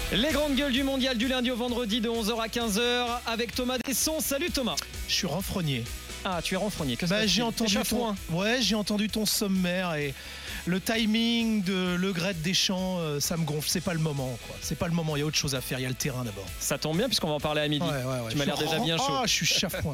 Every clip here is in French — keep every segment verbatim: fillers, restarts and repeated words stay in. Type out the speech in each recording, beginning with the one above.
Les grandes gueules du mondial du lundi au vendredi de onze heures à quinze heures avec Thomas Desson. Salut Thomas. Je suis renfrogné. Ah, tu es renfrogné. Qu'est-ce bah, que j'ai entendu ton, ouais, j'ai entendu ton sommaire et le timing de Le Gret Deschamps, euh, ça me gonfle. C'est pas le moment, quoi. C'est pas le moment. Il y a autre chose à faire. Il y a le terrain d'abord. Ça tombe bien puisqu'on va en parler à midi. Ouais, ouais, ouais. Tu m'as l'air déjà bien chaud. Ah, je suis chafouin.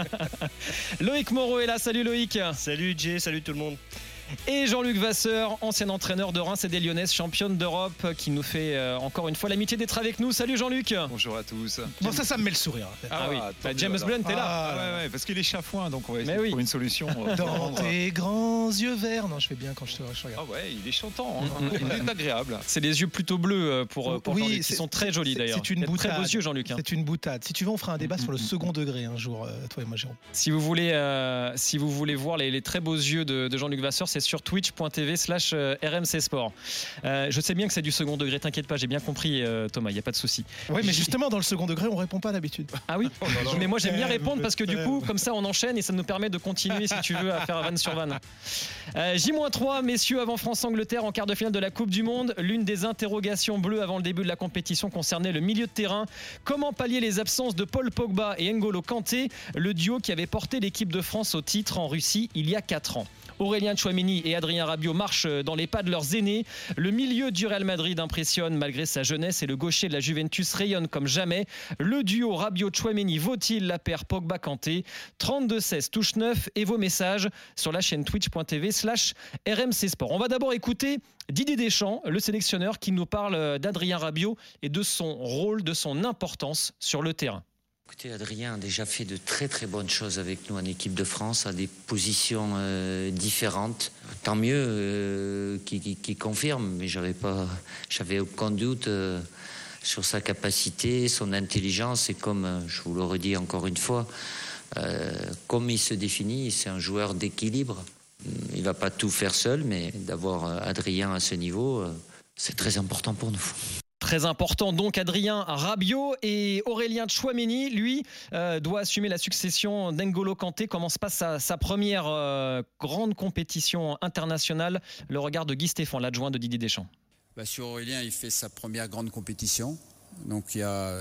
Loïc Moreau est là. Salut Loïc. Salut Jay, salut tout le monde. Et Jean-Luc Vasseur, ancien entraîneur de Reims et des Lyonnaises, championne d'Europe, qui nous fait euh, encore une fois l'amitié d'être avec nous. Salut Jean-Luc. Bonjour à tous. Bon, ça, ça me met le sourire. Ah, ah oui, bah, James alors. Blunt est là. Ah, ouais, ouais, parce qu'il est chafouin, donc on va essayer Mais oui. de trouver une solution. Euh, Dans tes grands yeux verts. Non, je fais bien quand je te je regarde. Ah ouais, il est chantant, hein. Il est agréable. C'est des yeux plutôt bleus pour, pour oui, Jean-Luc, qui sont très jolis d'ailleurs. C'est une boutade. Très beaux yeux Jean-Luc. Hein. C'est une boutade. Si tu veux, on fera un débat sur le second degré un jour, euh, toi et moi, Jérôme. Si vous voulez, euh, si vous voulez voir les, les très beaux yeux de, de Jean-Luc Vasseur, c'est sur twitch point tv slash R M C Sport. Euh, je sais bien que c'est du second degré, t'inquiète pas, j'ai bien compris euh, Thomas, il n'y a pas de souci. Oui, mais justement dans le second degré on répond pas d'habitude. Ah oui, mais moi j'aime bien répondre parce que du coup comme ça on enchaîne et ça nous permet de continuer si tu veux à faire vanne sur vanne. euh, J trois messieurs avant France-Angleterre en quart de finale de la Coupe du Monde. L'une des interrogations bleues avant le début de la compétition concernait le milieu de terrain. Comment pallier les absences de Paul Pogba et N'Golo Kanté, le duo qui avait porté l'équipe de France au titre en Russie il y a quatre ans. Aurélien Tchouaméni et Adrien Rabiot marchent dans les pas de leurs aînés. Le milieu du Real Madrid impressionne malgré sa jeunesse et le gaucher de la Juventus rayonne comme jamais. Le duo Rabiot-Tchouaméni vaut-il la paire Pogba-Kanté? Trente-deux seize touche neuf et vos messages sur la chaîne twitch point tv slash R M C Sport. On va d'abord écouter Didier Deschamps, le sélectionneur, qui nous parle d'Adrien Rabiot et de son rôle, de son importance sur le terrain. Écoutez, Adrien a déjà fait de très très bonnes choses avec nous en équipe de France, à des positions euh, différentes. Tant mieux euh, qu'il qui, qui confirme, mais j'avais pas, j'avais aucun doute euh, sur sa capacité, son intelligence et comme euh, je vous le redis encore une fois, euh, comme il se définit, c'est un joueur d'équilibre. Il va pas tout faire seul, mais d'avoir Adrien à ce niveau, euh, c'est très important pour nous. Très important donc Adrien Rabiot et Aurélien Tchouaméni, lui, euh, doit assumer la succession d'N'Golo Kanté. Comment se passe sa, sa première euh, grande compétition internationale? Le regard de Guy Stéphane, l'adjoint de Didier Deschamps. Bah sur Aurélien, il fait sa première grande compétition. Donc il y a euh,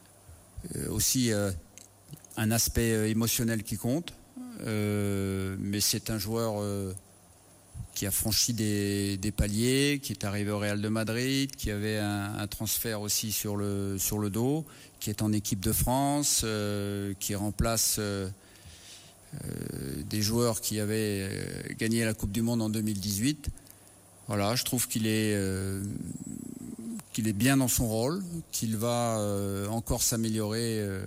aussi euh, un aspect euh, émotionnel qui compte. Euh, mais c'est un joueur... Euh, qui a franchi des, des paliers, qui est arrivé au Real de Madrid, qui avait un, un transfert aussi sur le, sur le dos, qui est en équipe de France, euh, qui remplace euh, euh, des joueurs qui avaient euh, gagné la Coupe du Monde en deux mille dix-huit. Voilà, je trouve qu'il est, euh, qu'il est bien dans son rôle, qu'il va euh, encore s'améliorer euh,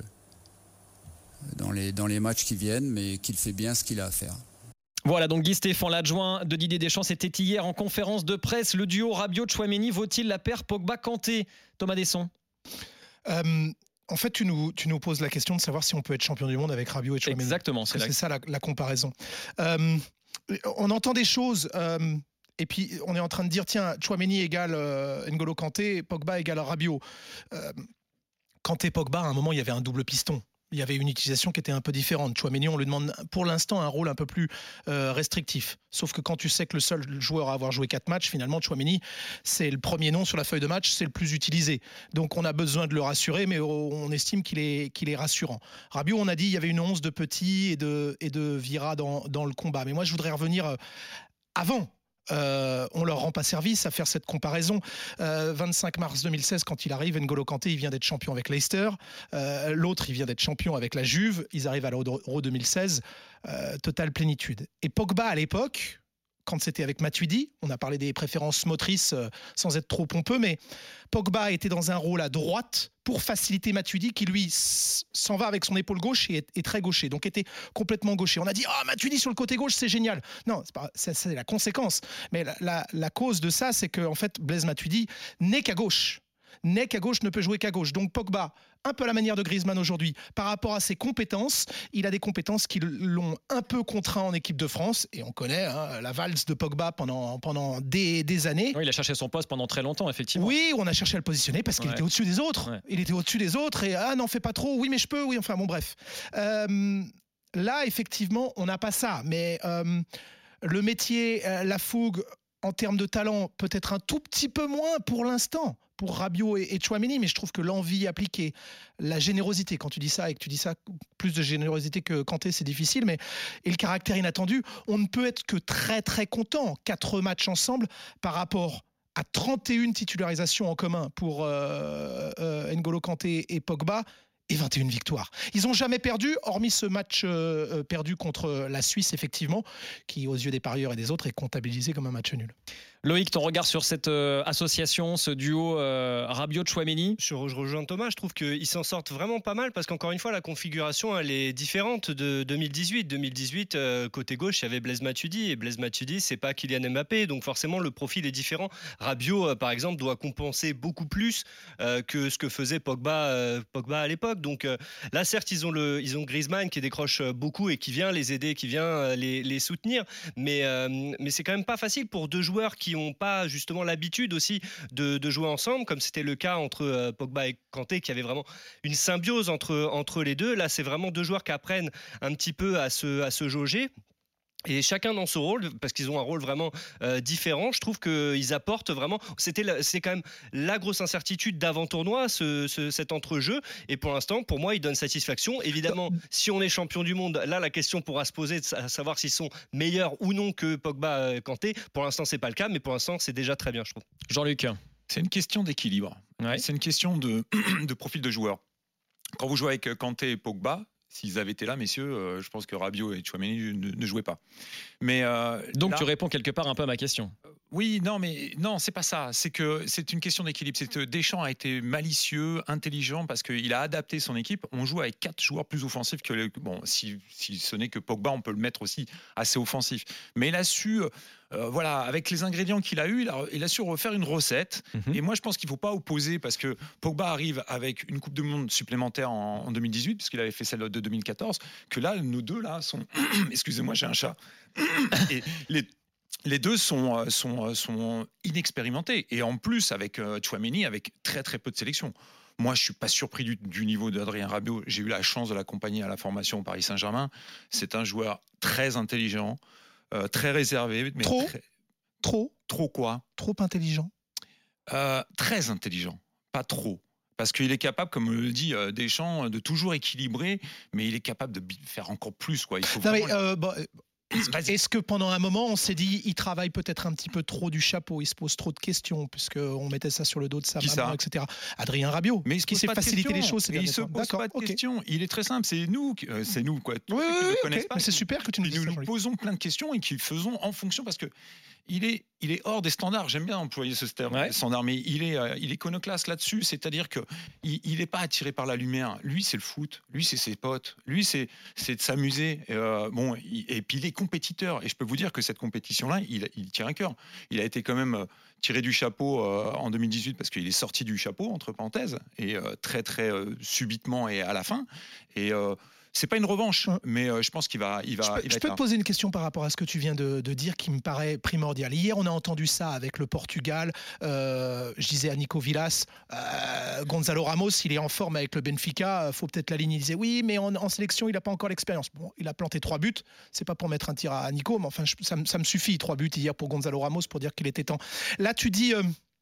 dans les, dans les matchs qui viennent, mais qu'il fait bien ce qu'il a à faire. Voilà, donc Guy Stéphane, l'adjoint de Didier Deschamps, c'était hier en conférence de presse. Le duo Rabiot-Tchouaméni vaut-il la paire Pogba-Kanté? Thomas Desson. Euh, en fait, tu nous, tu nous poses la question de savoir si on peut être champion du monde avec Rabiot et Tchouaméni. Exactement, c'est, c'est la... ça la, la comparaison. Euh, on entend des choses, euh, et puis on est en train de dire, tiens, Tchouaméni égale euh, N'Golo Kanté, Pogba égale Rabiot. Euh, Kanté-Pogba, à un moment, il y avait un double piston. Il y avait une utilisation qui était un peu différente. Tchouaméni, on lui demande pour l'instant un rôle un peu plus euh, restrictif. Sauf que quand tu sais que le seul joueur à avoir joué quatre matchs, finalement, Tchouaméni, c'est le premier nom sur la feuille de match, c'est le plus utilisé. Donc on a besoin de le rassurer, mais on estime qu'il est, qu'il est rassurant. Rabiot, on a dit il y avait une once de Petit et de, et de Vieira dans, dans le combat. Mais moi, je voudrais revenir avant. Euh, on leur rend pas service à faire cette comparaison. Euh, vingt-cinq mars deux mille seize, quand il arrive, N'Golo Kanté, il vient d'être champion avec Leicester. Euh, l'autre, il vient d'être champion avec la Juve. Ils arrivent à l'Euro deux mille seize. Euh, totale plénitude. Et Pogba, à l'époque, quand c'était avec Matuidi, on a parlé des préférences motrices euh, sans être trop pompeux, mais Pogba était dans un rôle à droite pour faciliter Matuidi qui lui s'en va avec son épaule gauche et est, est très gaucher, donc était complètement gaucher. On a dit « Ah, oh, Matuidi sur le côté gauche, c'est génial !» Non, c'est, pas, c'est, c'est la conséquence. Mais la, la, la cause de ça, c'est qu'en fait, Blaise Matuidi n'est qu'à gauche. N'est qu'à gauche, ne peut jouer qu'à gauche. Donc Pogba, un peu à la manière de Griezmann aujourd'hui, par rapport à ses compétences, il a des compétences qui l'ont un peu contraint en équipe de France. Et on connaît hein, la valse de Pogba pendant, pendant des, des années. Oui, il a cherché son poste pendant très longtemps, effectivement. Oui, on a cherché à le positionner parce qu'il ouais. était au-dessus des autres. Ouais. Il était au-dessus des autres et ah, n'en fais pas trop. Oui, mais je peux. Oui, enfin bon, bref. Euh, là, effectivement, on n'a pas ça. Mais euh, le métier, euh, la fougue, en termes de talent, peut-être un tout petit peu moins pour l'instant. pour Rabiot et, et Tchouaméni, mais je trouve que l'envie appliquée, la générosité, quand tu dis ça et que tu dis ça, plus de générosité que Kanté, c'est difficile, mais et le caractère inattendu, on ne peut être que très très content. Quatre matchs ensemble par rapport à trente et une titularisations en commun pour euh, euh, N'Golo Kanté et Pogba. Et vingt et une victoires. Ils n'ont jamais perdu, hormis ce match euh, perdu contre la Suisse, effectivement, qui, aux yeux des parieurs et des autres, est comptabilisé comme un match nul. Loïc, ton regard sur cette euh, association, ce duo euh, Rabiot-Tchouaméni? Je, je rejoins Thomas, je trouve qu'ils s'en sortent vraiment pas mal parce qu'encore une fois, la configuration, elle est différente de deux mille dix-huit. deux mille dix-huit, euh, côté gauche, il y avait Blaise Matuidi et Blaise Matuidi, c'est pas Kylian Mbappé, donc forcément, le profil est différent. Rabiot, euh, par exemple, doit compenser beaucoup plus euh, que ce que faisait Pogba, euh, Pogba à l'époque. Donc euh, là, certes, ils ont, le, ils ont Griezmann qui décroche beaucoup et qui vient les aider, qui vient euh, les, les soutenir, mais, euh, mais c'est quand même pas facile pour deux joueurs qui n'ont pas justement l'habitude aussi de, de jouer ensemble, comme c'était le cas entre euh, Pogba et Kanté, qui avait vraiment une symbiose entre, entre les deux. Là, c'est vraiment deux joueurs qui apprennent un petit peu à se, à se jauger. Et chacun dans ce rôle, parce qu'ils ont un rôle vraiment euh, différent, je trouve qu'ils apportent vraiment. C'était la, c'est quand même la grosse incertitude d'avant-tournoi, ce, ce, cet entre-jeu. Et pour l'instant, pour moi, ils donnent satisfaction. Évidemment, si on est champion du monde, là, la question pourra se poser de savoir s'ils sont meilleurs ou non que Pogba, Kanté. Pour l'instant, c'est pas le cas, mais pour l'instant, c'est déjà très bien, je trouve. Jean-Luc. C'est une question d'équilibre. Ouais. C'est une question de, de profil de joueur. Quand vous jouez avec Kanté et Pogba, s'ils avaient été là, messieurs, euh, je pense que Rabiot et Tchouaméni ne, ne jouaient pas. Mais euh, donc là, tu réponds quelque part un peu à ma question. Oui, non, mais non, c'est pas ça. C'est que c'est une question d'équilibre. C'est que Deschamps a été malicieux, intelligent, parce qu'il a adapté son équipe. On joue avec quatre joueurs plus offensifs que le, bon, si, si ce n'est que Pogba, on peut le mettre aussi assez offensif. Mais il a su, euh, voilà, avec les ingrédients qu'il a eu, il a, il a su refaire une recette. Mm-hmm. Et moi, je pense qu'il ne faut pas opposer, parce que Pogba arrive avec une Coupe du Monde supplémentaire en, en deux mille dix-huit, puisqu'il avait fait celle de deux mille quatorze. Que là, nos deux là sont, excusez-moi, j'ai un chat. Et les Les deux sont, sont, sont inexpérimentés. Et en plus, avec euh, Tchouaméni, avec très très peu de sélection. Moi, je ne suis pas surpris du, du niveau d'Adrien Rabiot. J'ai eu la chance de l'accompagner à la formation au Paris Saint-Germain. C'est un joueur très intelligent, euh, très réservé. Mais trop très... Trop Trop quoi? Trop intelligent euh, Très intelligent, pas trop. Parce qu'il est capable, comme le dit euh, Deschamps, de toujours équilibrer, mais il est capable de faire encore plus, quoi. Il faut non vraiment... mais, euh, bon, est-ce que pendant un moment, on s'est dit, il travaille peut-être un petit peu trop du chapeau, il se pose trop de questions, puisqu'on mettait ça sur le dos de sa Qui maman, ça? et cetera. Adrien Rabiot, mais il qui s'est facilité les choses. Il se pose pas de okay. questions. Il est très simple, c'est nous, euh, c'est nous quoi. Oui, oui, oui, okay. pas, mais c'est super que tu nous dises nous ça. Nous nous posons plein de questions et qui faisons en fonction, parce que il est, il est hors des standards. J'aime bien employer ce terme, ouais. standard, mais il est, euh, il est iconoclaste là-dessus. C'est-à-dire que il, il est pas attiré par la lumière. Lui, c'est le foot. Lui, c'est ses potes. Lui, c'est, c'est de s'amuser. Euh, bon, il, et puis il est compétiteur. Et je peux vous dire que cette compétition-là, il, il tient à cœur. Il a été quand même tiré du chapeau euh, en deux mille dix-huit parce qu'il est sorti du chapeau entre parenthèses et euh, très très euh, subitement et à la fin. Et euh, c'est pas une revanche, mais euh, je pense qu'il va, il va. Je peux, il va je peux te poser une question par rapport à ce que tu viens de, de dire qui me paraît primordial. Hier, on a entendu ça avec le Portugal. Euh, je disais à Nico Villas, euh, Gonzalo Ramos, il est en forme avec le Benfica. Faut peut-être l'aligner. Il disait oui, mais en, en sélection, il n'a pas encore l'expérience. Bon, il a planté trois buts. C'est pas pour mettre un tir à Nico, mais enfin, je, ça, ça me suffit. Trois buts hier pour Gonzalo Ramos pour dire qu'il était temps. Là, tu dis euh,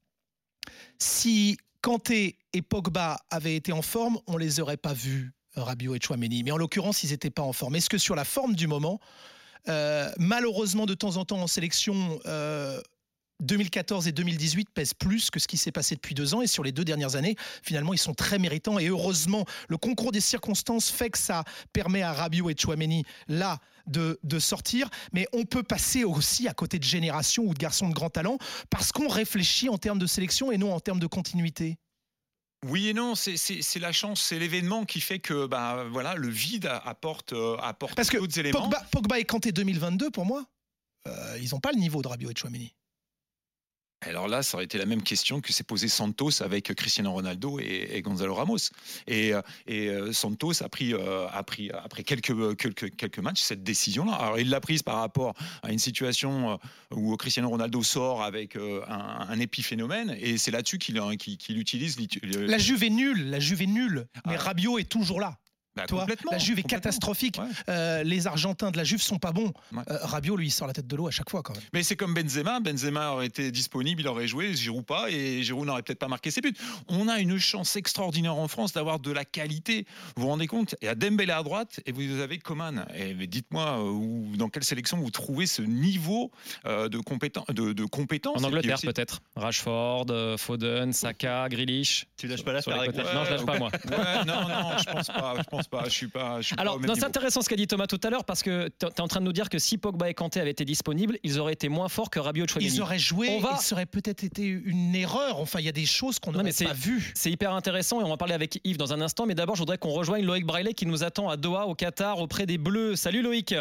si Kanté et Pogba avaient été en forme, on les aurait pas vus. Rabiot et Tchouaméni, mais en l'occurrence, ils n'étaient pas en forme. Est-ce que sur la forme du moment, euh, malheureusement, de temps en temps en sélection, euh, deux mille quatorze et deux mille dix-huit pèsent plus que ce qui s'est passé depuis deux ans, et sur les deux dernières années, finalement, ils sont très méritants, et heureusement, le concours des circonstances fait que ça permet à Rabiot et Tchouaméni, là, de, de sortir, mais on peut passer aussi à côté de générations ou de garçons de grand talent, parce qu'on réfléchit en termes de sélection et non en termes de continuité. Oui et non, c'est, c'est, c'est la chance, c'est l'événement qui fait que bah, voilà, le vide apporte, euh, apporte Parce que d'autres éléments. Pogba, Pogba et Kanté deux mille vingt-deux, pour moi, euh, ils n'ont pas le niveau de Rabiot et Tchouaméni. Alors là, ça aurait été la même question que s'est posé Santos avec Cristiano Ronaldo et, et Gonzalo Ramos. Et, et Santos a pris, euh, a pris, après quelques, quelques, quelques matchs, cette décision-là. Alors, il l'a prise par rapport à une situation où Cristiano Ronaldo sort avec un, un épiphénomène, et c'est là-dessus qu'il, qu'il, qu'il utilise... La Juve est nulle, la Juve est nulle, mais ah. Rabiot est toujours là. Bah, Toi, complètement, la Juve est complètement. catastrophique. Ouais. Euh, les Argentins de la Juve sont pas bons. Ouais. Euh, Rabiot, lui, il sort la tête de l'eau à chaque fois quand même. Mais c'est comme Benzema. Benzema aurait été disponible, il aurait joué, Giroud pas, et Giroud n'aurait peut-être pas marqué ses buts. On a une chance extraordinaire en France d'avoir de la qualité. Vous vous rendez compte? Il y a Dembélé à droite et vous avez Coman. Et dites-moi euh, où, dans quelle sélection vous trouvez ce niveau euh, de, compéten- de, de compétence. En Angleterre aussi... peut-être. Rashford, euh, Foden, Saka, Grealish. Tu lâches pas Sur l'affaire les avec côtés. moi. Non, je lâche pas moi. Ouais, non, non, je pense pas. Je pense pas. Je suis pas. Je suis pas Alors, au même non, c'est niveau. intéressant ce qu'a dit Thomas tout à l'heure parce que tu es en train de nous dire que si Pogba et Kanté avaient été disponibles, ils auraient été moins forts que Rabiot et Tchouaméni. Ils auraient joué, On va- et ça aurait peut-être été une erreur. Enfin, il y a des choses qu'on Non, n'aurait mais c'est- pas vues. C'est hyper intéressant et on va parler avec Yves dans un instant. Mais d'abord, je voudrais qu'on rejoigne Loïc Braillet qui nous attend à Doha, au Qatar, auprès des Bleus. Salut Loïc.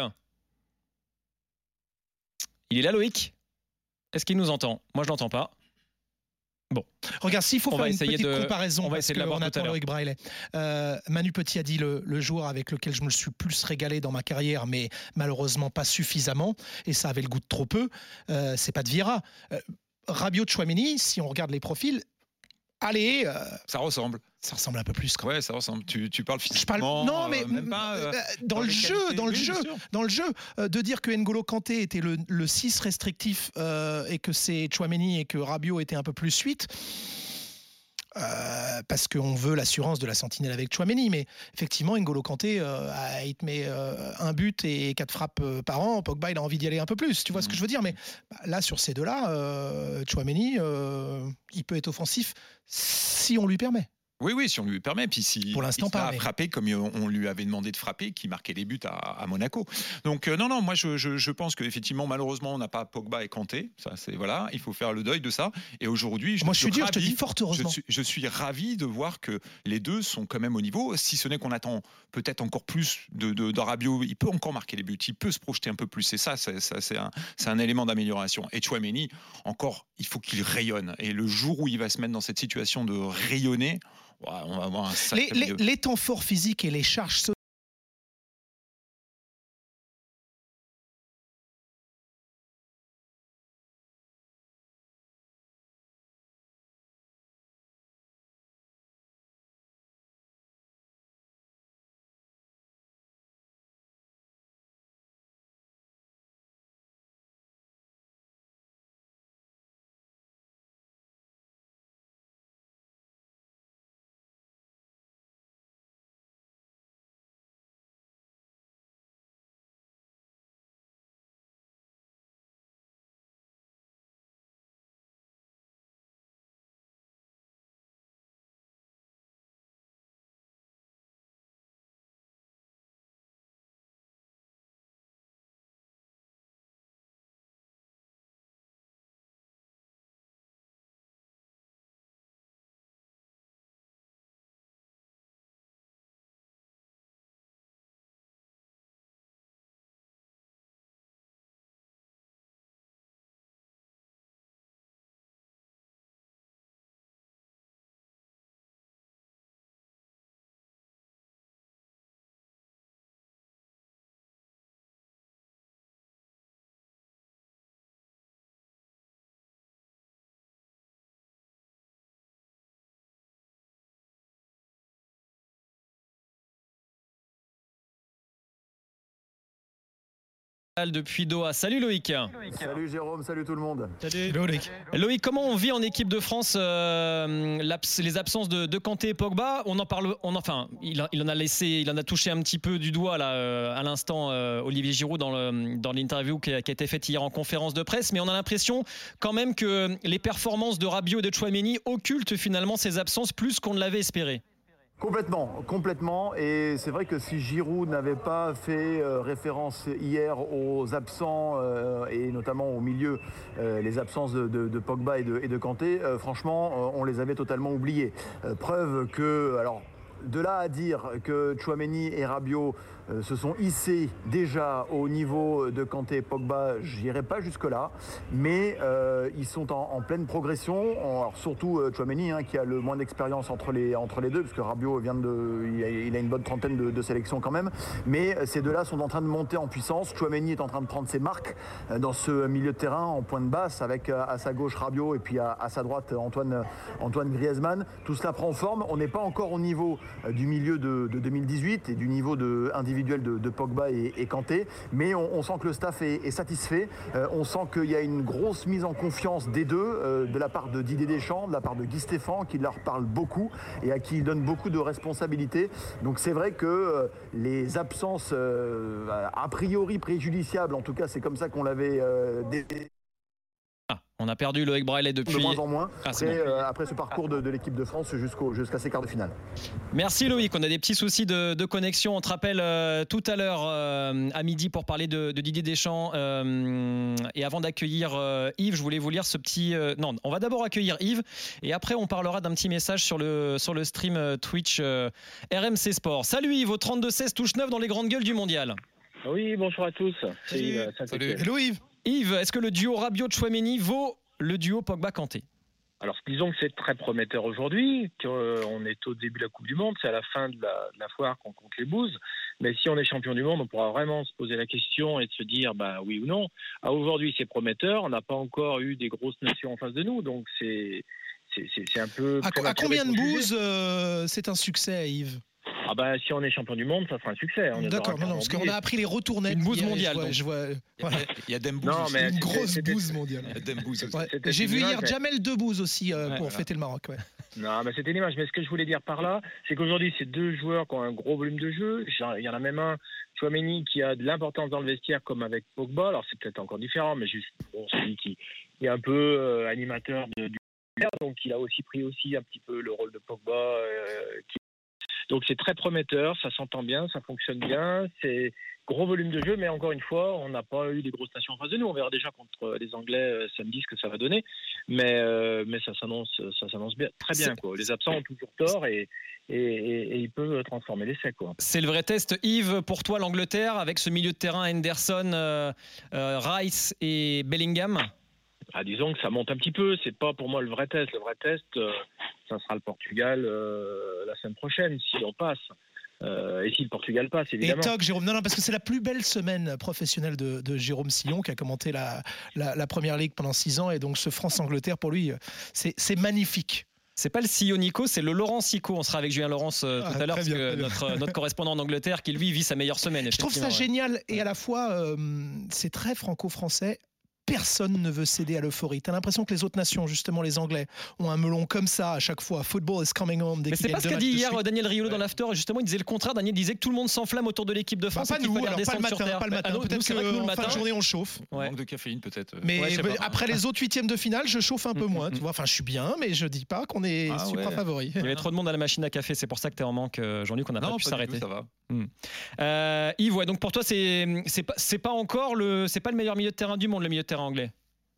Il est là, Loïc? Est-ce qu'il nous entend? Moi, je l'entends pas. Regarde, s'il faut On faire va une essayer petite de- comparaison, on va parce essayer de l'avoir qu'on tout à attend l'heure. Loïc Braillet. Euh, Manu Petit a dit le, le joueur avec lequel je me suis plus régalé dans ma carrière, mais malheureusement pas suffisamment, et ça avait le goût de trop peu. Euh, c'est pas de Vieira. Euh, Rabiot, Tchouaméni, si on regarde les profils, allez, euh, Ça ressemble. ça ressemble un peu plus. Quand même. Ouais, ça ressemble. Tu, tu parles Je physiquement. parle non mais euh, même pas. euh, euh, dans, le les jeu, qualités. dans le Oui, jeu, bien sûr. dans le jeu, euh, de dire que N'Golo Kanté était le, le six restrictif euh, et que c'est Tchouaméni et que Rabiot était un peu plus huit. Euh, parce qu'on veut l'assurance de la sentinelle avec Tchouaméni, mais effectivement N'Golo Kanté euh, a- il te met euh, un but et quatre frappes euh, par an. Pogba il a envie d'y aller un peu plus, tu vois ce que je veux dire, mais bah, là sur ces deux-là, euh, Tchouaméni euh, il peut être offensif si on lui permet. Oui, oui, si on lui permet. Puis si Pour l'instant, il se met pas, à mais- frapper comme on lui avait demandé de frapper, qui marquait les buts à, à Monaco. Donc euh, non, non, moi je, je, je pense qu'effectivement, malheureusement, on n'a pas Pogba et Kanté. Ça, c'est voilà, il faut faire le deuil de ça. Et aujourd'hui, je Moi je suis dur, je te ravi- dis fort heureusement. Je suis, je suis ravi de voir que les deux sont quand même au niveau, si ce n'est qu'on attend peut-être encore plus de, de, de Rabiot. Il peut encore marquer les buts, il peut se projeter un peu plus. Et ça, c'est, ça, c'est, un, c'est un élément d'amélioration. Et Tchouaméni, encore, il faut qu'il rayonne. Et le jour où il va se mettre dans cette situation de rayonner, ouais, on va avoir un sacré Les, les, milieu. les temps forts physiques et les charges depuis Doha. Salut Loïc. Salut Jérôme, salut tout le monde. Loïc. Loïc, comment on vit en équipe de France euh, l'abs- les absences de, de Kanté et Pogba? On en parle, on, enfin, il, il en a laissé, il en a touché un petit peu du doigt là euh, à l'instant euh, Olivier Giroud dans, le, dans l'interview qui a, qui a été faite hier en conférence de presse, mais on a l'impression quand même que les performances de Rabiot et de Tchouaméni occultent finalement ces absences plus qu'on ne l'avait espéré. Complètement, complètement. Et c'est vrai que si Giroud n'avait pas fait euh, référence hier aux absents euh, et notamment au milieu, euh, les absences de, de, de Pogba et de, et de Kanté, euh, franchement, euh, on les avait totalement oubliés. Euh, preuve que, alors, de là à dire que Tchouaméni et Rabiot euh, se sont hissés déjà au niveau de Kanté et Pogba, j'irai pas jusque-là, mais euh, ils sont en, en pleine progression. Alors surtout euh, Tchouaméni hein, qui a le moins d'expérience entre les, entre les deux, parce que Rabiot vient de, il a, il a une bonne trentaine de, de sélections quand même. Mais ces deux-là sont en train de monter en puissance. Tchouaméni est en train de prendre ses marques dans ce milieu de terrain en pointe basse, avec à sa gauche Rabiot et puis à, à sa droite Antoine, Antoine Griezmann. Tout cela prend forme. On n'est pas encore au niveau du milieu de, de deux mille dix-huit et du niveau de, individuel de, de Pogba et, et Kanté, mais on, on sent que le staff est, est satisfait. Euh, on sent qu'il y a une grosse mise en confiance des deux, euh, de la part de Didier Deschamps, de la part de Guy Stéphane, qui leur parle beaucoup et à qui il donne beaucoup de responsabilités. Donc c'est vrai que euh, les absences euh, a priori préjudiciables, en tout cas c'est comme ça qu'on l'avait euh, dé- Ah, on a perdu Loïc Braillet depuis. de moins en moins Ah, c'est après, bon. euh, après ce parcours de, de l'équipe de France jusqu'au, jusqu'à ces quarts de finale. Merci Loïc, on a des petits soucis de, de connexion. On te rappelle euh, tout à l'heure euh, à midi pour parler de, de Didier Deschamps. Euh, et avant d'accueillir euh, Yves, je voulais vous lire ce petit... euh, non, on va d'abord accueillir Yves et après on parlera d'un petit message sur le, sur le stream euh, Twitch euh, R M C Sport. Salut Yves, au trente-deux seize, touche neuf dans les grandes gueules du mondial. Oui, bonjour à tous. C'est Salut. Yves, Saint-Étienne. Hello Yves. Yves, est-ce que le duo Rabiot-Tchouaméni vaut le duo Pogba-Kanté? Alors, disons que c'est très prometteur aujourd'hui, qu'on est au début de la Coupe du Monde, c'est à la fin de la, de la foire qu'on compte les bouses. Mais si on est champion du monde, on pourra vraiment se poser la question et de se dire bah, oui ou non. À aujourd'hui, c'est prometteur. On n'a pas encore eu des grosses nations en face de nous, donc c'est, c'est, c'est, c'est un peu... À, co- à prématuré combien de pour juger. bouses euh, c'est un succès, Yves? Ah bah, si on est champion du monde, ça sera un succès. On les D'accord, aura non, non, parce clairement qu'on a appris les retournettes. Une bouse hier, et mondiale, Je vois, donc. je vois- Il y a, voilà. il y a Dembouz Non, aussi. mais Une c'était- grosse c'était- bouse mondiale. Il y a Dembouz aussi. Ouais. C'était J'ai vu une hier image, mais- Jamel Debbouze aussi euh, Ouais, pour voilà. fêter le Maroc. Ouais. Non, mais c'était l'image. Mais ce que je voulais dire par là, c'est qu'aujourd'hui, c'est deux joueurs qui ont un gros volume de jeu. Genre, il y en a même un, Tchouaméni, qui a de l'importance dans le vestiaire, comme avec Pogba. Alors, c'est peut-être encore différent, mais juste, bon, c'est lui qui est un peu euh, animateur de, du donc il a aussi pris aussi un petit peu le rôle de Pogba. euh, qui... Donc, c'est très prometteur, ça s'entend bien, ça fonctionne bien. C'est gros volume de jeu, mais encore une fois, on n'a pas eu des grosses nations en face de nous. On verra déjà contre les Anglais euh, samedi ce que ça va donner, mais euh, mais ça s'annonce ça s'annonce bien, très bien quoi. Les absents ont toujours tort et et, et, et ils peuvent transformer l'essai quoi. C'est le vrai test. Yves, pour toi, l'Angleterre, avec ce milieu de terrain Henderson, euh, euh, Rice et Bellingham? Ah, disons que ça monte un petit peu. C'est pas pour moi le vrai test. Le vrai test, euh, ça sera le Portugal euh, la semaine prochaine si on passe. Euh, et si le Portugal passe, Et évidemment. toc, Jérôme. Non, non, parce que c'est la plus belle semaine professionnelle de, de Jérôme Sillon, qui a commenté la, la, la Première Ligue pendant six ans. Et donc, ce France-Angleterre, pour lui, c'est, c'est magnifique. C'est pas le Sillon Nico, c'est le Laurent Sico. On sera avec Julien Laurence euh, tout Ah, à l'heure, très parce bien, que très bien. notre, notre correspondant en Angleterre, qui lui vit sa meilleure semaine. Je trouve ça effectivement, ouais. génial et à la fois, euh, c'est très franco-français. Personne ne veut céder à l'euphorie. T'as l'impression que les autres nations, justement les Anglais, ont un melon comme ça à chaque fois. Football is coming home. Dès Mais qu'il c'est y a pas ce deux qu'a matchs dit de hier suite. euh, Daniel Riolo dans l'after. Justement, il disait le contraire. Daniel disait que tout le monde s'enflamme autour de l'équipe de Bah, France. pas et qu'il nous, fallait alors pas le redescendre sur matin, terre. pas le matin. Ah, nous, Peut-être nous, c'est vrai que nous, le qu'en fin matin. de journée on chauffe. Ouais. Manque de caféine peut-être. Mais Ouais, je sais pas. après les autres huitièmes de finale, je chauffe un peu Mm, moins. mm, Tu vois, enfin, je suis bien, mais je dis pas qu'on est Ah super ouais. favori. Il y avait trop de monde à la machine à café. C'est pour ça que tu es en manque, euh, Jean-Luc. On n'a pas Non, pu pas du s'arrêter. tout, ça va. Euh, Yves, ouais, donc pour toi, c'est c'est pas c'est pas encore le c'est pas le meilleur milieu de terrain du monde, le milieu de terrain anglais.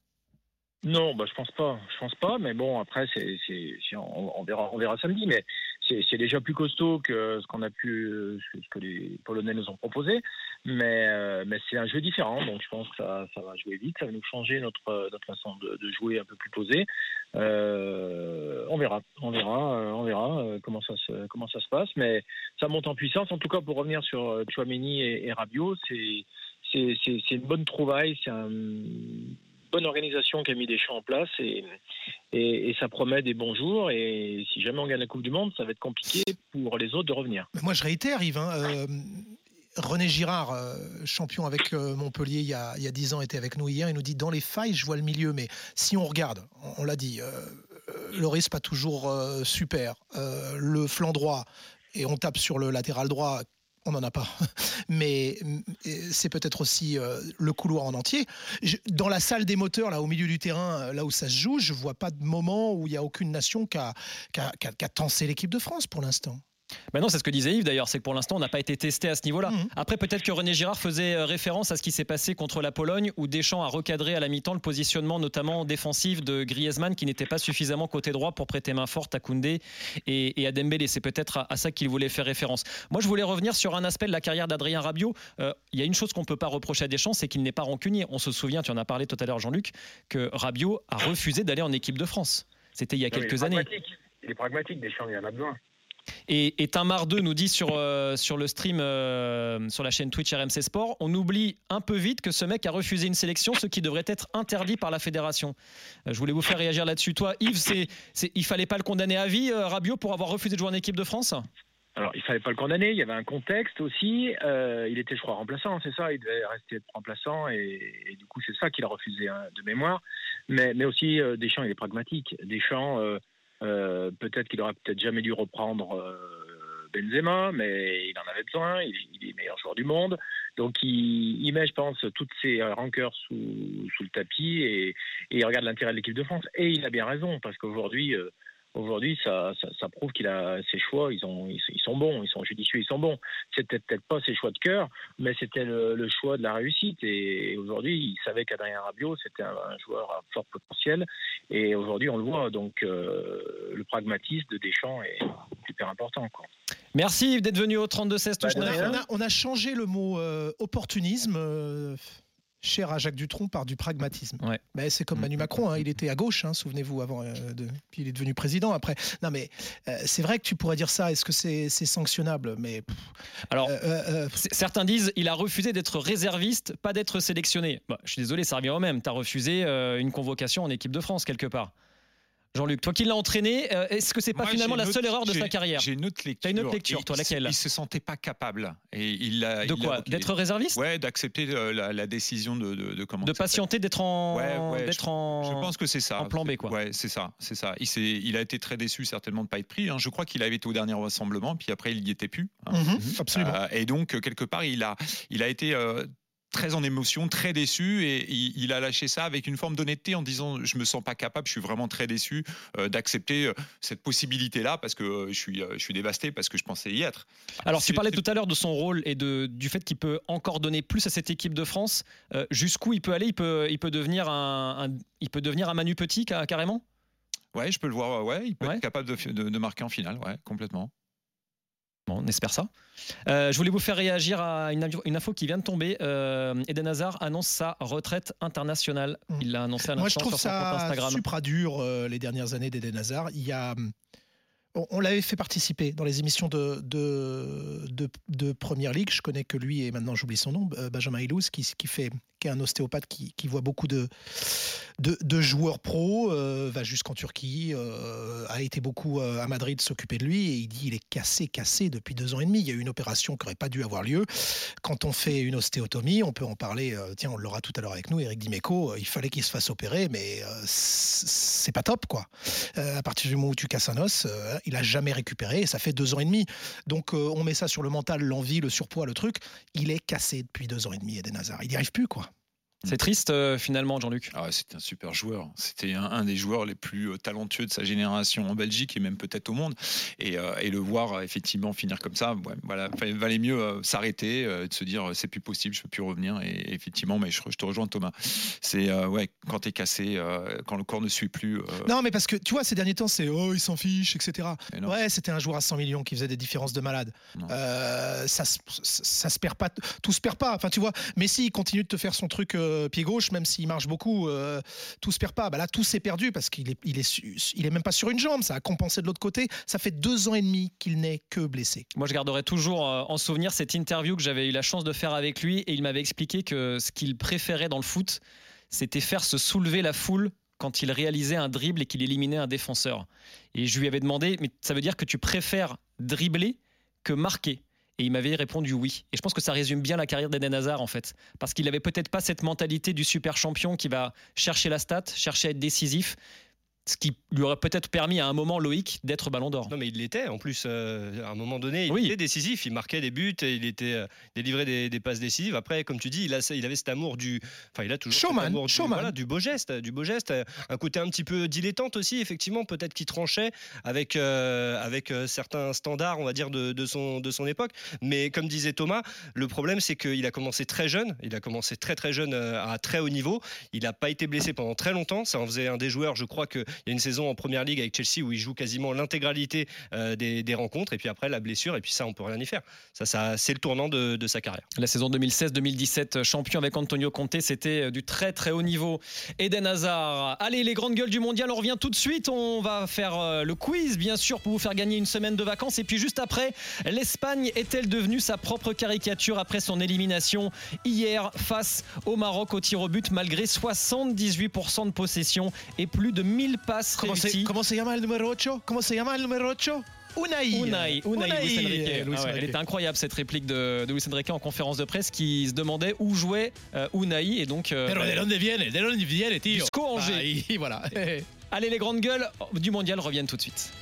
Non, bah, je pense pas. Je pense pas, mais bon, après, c'est, c'est, c'est- on, on verra, on verra samedi, mais c'est, c'est déjà plus costaud que ce qu'on a pu, ce que les Polonais nous ont proposé, mais, euh, mais c'est un jeu différent, donc je pense que ça, ça va jouer vite, ça va nous changer notre, notre façon de, de jouer un peu plus posée. Euh, on verra, on verra, euh, on verra euh, comment ça se, comment ça se passe, mais ça monte en puissance. En tout cas, pour revenir sur euh, Tchouaméni et, et Rabiot, c'est, c'est, c'est, c'est une bonne trouvaille, c'est un bonne organisation qu'a mis Deschamps en place et, et, et ça promet des bons jours et si jamais on gagne la Coupe du Monde, ça va être compliqué pour les autres de revenir. Mais moi, je réitère, Yves. hein, euh, René Girard, euh, champion avec euh, Montpellier il y, a, il y a dix ans, était avec nous hier. Il nous dit dans les failles, je vois le milieu. Mais si on regarde, on, on l'a dit, euh, Loris pas toujours euh, super. Euh, le flanc droit, et on tape sur le latéral droit. On n'en a pas, mais c'est peut-être aussi euh, le couloir en entier. Je, dans la salle des moteurs, là au milieu du terrain, là où ça se joue, je vois pas de moment où il y a aucune nation qui a, qui a, qui a, qui a tensé l'équipe de France pour l'instant. Ben non, c'est ce que disait Yves d'ailleurs, c'est que pour l'instant on n'a pas été testé à ce niveau-là. Mmh. Après peut-être que René Girard faisait référence à ce qui s'est passé contre la Pologne où Deschamps a recadré à la mi-temps le positionnement notamment défensif de Griezmann qui n'était pas suffisamment côté droit pour prêter main forte à Koundé et, et à Dembélé. C'est peut-être à, à ça qu'il voulait faire référence. Moi je voulais revenir sur un aspect de la carrière d'Adrien Rabiot. Il euh, y a une chose qu'on ne peut pas reprocher à Deschamps, c'est qu'il n'est pas rancunier. On se souvient, tu en as parlé tout à l'heure Jean-Luc, que Rabiot a refusé d'aller en équipe de France. C'était il y a non, quelques il années. Il est pragmatique, Deschamps, il en a besoin. Et, et Tamar deux nous dit sur, euh, sur le stream euh, sur la chaîne Twitch R M C Sport, on oublie un peu vite que ce mec a refusé une sélection, ce qui devrait être interdit par la fédération. Euh, je voulais vous faire réagir là-dessus. Toi Yves, c'est, c'est, il fallait pas le condamner à vie, euh, Rabiot, pour avoir refusé de jouer en équipe de France ? Alors, il fallait pas le condamner, il y avait un contexte aussi. Euh, il était, je crois, remplaçant, c'est ça, il devait rester être remplaçant et, et du coup, c'est ça qu'il a refusé hein, de mémoire. Mais, mais aussi, euh, Deschamps, il est pragmatique. Deschamps, euh, euh, peut-être qu'il aurait peut-être jamais dû reprendre euh, Benzema, mais il en avait besoin, il, il est le meilleur joueur du monde. Donc, il, il met, je pense, toutes ses rancœurs sous, sous le tapis et, et il regarde l'intérêt de l'équipe de France. Et il a bien raison, parce qu'aujourd'hui... Euh, Aujourd'hui, ça, ça, ça prouve qu'il a ses choix, ils, ont, ils, ils sont bons, ils sont judicieux, ils sont bons. C'était peut-être pas ses choix de cœur, mais c'était le, le choix de la réussite. Et aujourd'hui, il savait qu'Adrien Rabiot, c'était un, un joueur à fort potentiel. Et aujourd'hui, on le voit. Donc, euh, le pragmatisme de Deschamps est super important, quoi. Merci Yves d'être venu au trente-deux seize touche bah, neuf. On a, on a changé le mot euh, opportunisme. Euh... cher à Jacques Dutronc par du pragmatisme. Ouais. Mais c'est comme Manu Macron, hein, il était à gauche, hein, souvenez-vous, avant, euh, de, puis il est devenu président après. Non mais euh, c'est vrai que tu pourrais dire ça, est-ce que c'est, c'est sanctionnable mais, pff, Alors, euh, euh, certains disent il a refusé d'être réserviste, pas d'être sélectionné. Bah, je suis désolé, ça revient au même. Tu as refusé euh, une convocation en équipe de France quelque part. Jean-Luc, toi qui l'as entraîné, est-ce que c'est pas Moi, finalement la seule autre, erreur de sa carrière ? J'ai une autre lecture. T'as une autre lecture, il, toi, laquelle ? Il se sentait pas capable. Et il a, de il quoi ? a, D'être réserviste ? Ouais, d'accepter la, la décision de, de, de comment. De patienter, d'être en, ouais, ouais, d'être je, en. Je pense que c'est ça. En plan B, quoi. Ouais, c'est ça, c'est ça. Il, s'est, il a été très déçu certainement de ne pas être pris. Hein. Je crois qu'il avait été au dernier rassemblement, puis après il n'y était plus. Hein. Mm-hmm, absolument. Euh, et donc quelque part, il a, il a été. Euh, très en émotion, très déçu et il, il a lâché ça avec une forme d'honnêteté en disant je me sens pas capable, je suis vraiment très déçu euh, d'accepter euh, cette possibilité-là parce que euh, je suis, euh, je suis dévasté parce que je pensais y être. Alors c'est, tu parlais c'est... tout à l'heure de son rôle et de, du fait qu'il peut encore donner plus à cette équipe de France. Euh, jusqu'où il peut aller ? Il peut, il peut devenir un, un, il peut devenir un Manu Petit carrément ? Ouais, je peux le voir. Ouais, il peut ouais. être capable de, de, de marquer en finale, ouais, complètement. Bon, on espère ça. Euh, je voulais vous faire réagir à une, une info qui vient de tomber. Euh, Eden Hazard annonce sa retraite internationale. Il l'a annoncé à l'instant sur son compte Instagram. Moi, je trouve ça supra dur euh, les dernières années d'Eden Hazard. Il y a, on, on l'avait fait participer dans les émissions de, de, de, de Première Ligue. Je connais que lui et maintenant j'oublie son nom, Benjamin Ilouz, qui, qui fait, qui est un ostéopathe qui, qui voit beaucoup de De, de joueurs pro, euh, va jusqu'en Turquie, euh, a été beaucoup euh, à Madrid s'occuper de lui et il dit il est cassé, cassé depuis deux ans et demi. Il y a eu une opération qui n'aurait pas dû avoir lieu. Quand on fait une ostéotomie, on peut en parler, euh, tiens, on l'aura tout à l'heure avec nous, Eric Dimeco, euh, il fallait qu'il se fasse opérer, mais euh, c'est pas top, quoi. Euh, à partir du moment où tu casses un os, euh, il a jamais récupéré et ça fait deux ans et demi. Donc euh, on met ça sur le mental, l'envie, le surpoids, le truc. Il est cassé depuis deux ans et demi, Eden Hazard. Il n'y arrive plus, quoi. C'est triste euh, finalement, Jean-Luc. Ah, c'était un super joueur. C'était un, un des joueurs les plus euh, talentueux de sa génération en Belgique et même peut-être au monde. Et, euh, et le voir euh, effectivement finir comme ça, ouais, voilà, il valait mieux euh, s'arrêter, euh, de se dire c'est plus possible, je peux plus revenir. Et effectivement, mais je, je te rejoins, Thomas. C'est euh, ouais, quand t'es cassé, euh, quand le corps ne suit plus. Euh... Non, mais parce que tu vois, ces derniers temps, c'est oh, il s'en fiche, et cetera. Ouais, c'était un joueur à cent millions qui faisait des différences de malade. Euh, ça, ça, ça se perd pas, tout se perd pas. Enfin, tu vois, Messi il continue de te faire son truc. Euh, pied gauche, même s'il marche beaucoup, euh, tout se perd pas. Bah là, tout s'est perdu parce qu'il est, il est, il est même pas sur une jambe. Ça a compensé de l'autre côté. Ça fait deux ans et demi qu'il n'est que blessé. Moi, je garderai toujours euh, en souvenir cette interview que j'avais eu la chance de faire avec lui et il m'avait expliqué que ce qu'il préférait dans le foot, c'était faire se soulever la foule quand il réalisait un dribble et qu'il éliminait un défenseur. Et je lui avais demandé, mais ça veut dire que tu préfères dribbler que marquer ? Et il m'avait répondu oui. Et je pense que ça résume bien la carrière d'Eden Hazard, en fait. Parce qu'il n'avait peut-être pas cette mentalité du super champion qui va chercher la stat, chercher à être décisif. Ce qui lui aurait peut-être permis à un moment, Loïc, d'être Ballon d'Or. Non, mais il l'était. En plus, euh, à un moment donné, il oui. était décisif. Il marquait des buts, et il était euh, délivrait des, des passes décisives. Après, comme tu dis, il, a, il avait cet amour du. Enfin, il a toujours showman, cet amour du, showman. Voilà, du beau geste, du beau geste. Un côté un petit peu dilettante aussi, effectivement, peut-être qu'il tranchait avec euh, avec euh, certains standards, on va dire, de, de son de son époque. Mais comme disait Thomas, le problème, c'est qu'il a commencé très jeune. Il a commencé très très jeune euh, à très haut niveau. Il n'a pas été blessé pendant très longtemps. Ça en faisait un des joueurs. Je crois qu'il y a une saison en première Ligue avec Chelsea où il joue quasiment l'intégralité euh, des, des rencontres, et puis après la blessure, et puis ça on peut rien y faire. Ça, ça c'est le tournant de, de sa carrière. La saison deux mille seize deux mille dix-sept, champion avec Antonio Conte, c'était du très très haut niveau. Eden Hazard. Allez, les grandes gueules du mondial, on revient tout de suite. On va faire le quiz, bien sûr, pour vous faire gagner une semaine de vacances. Et puis juste après, l'Espagne est-elle devenue sa propre caricature après son élimination hier face au Maroc au tir au but, malgré soixante-dix-huit pour cent de possession et plus de mille passes réussies? ¿Cómo se llama el número ocho? ¿Cómo se llama el número ocho? Unai. Unai, Unai, Unai Luis Enrique. Eh, Luis Ah ouais, Enrique. elle était incroyable cette réplique de, de Luis Enrique en conférence de presse qui se demandait où jouait euh, Unai et donc. Euh, Pero de dónde viene? De dónde viene, tío? Jusqu'au Angers. Ah, y voilà. Allez, les grandes gueules du mondial reviennent tout de suite.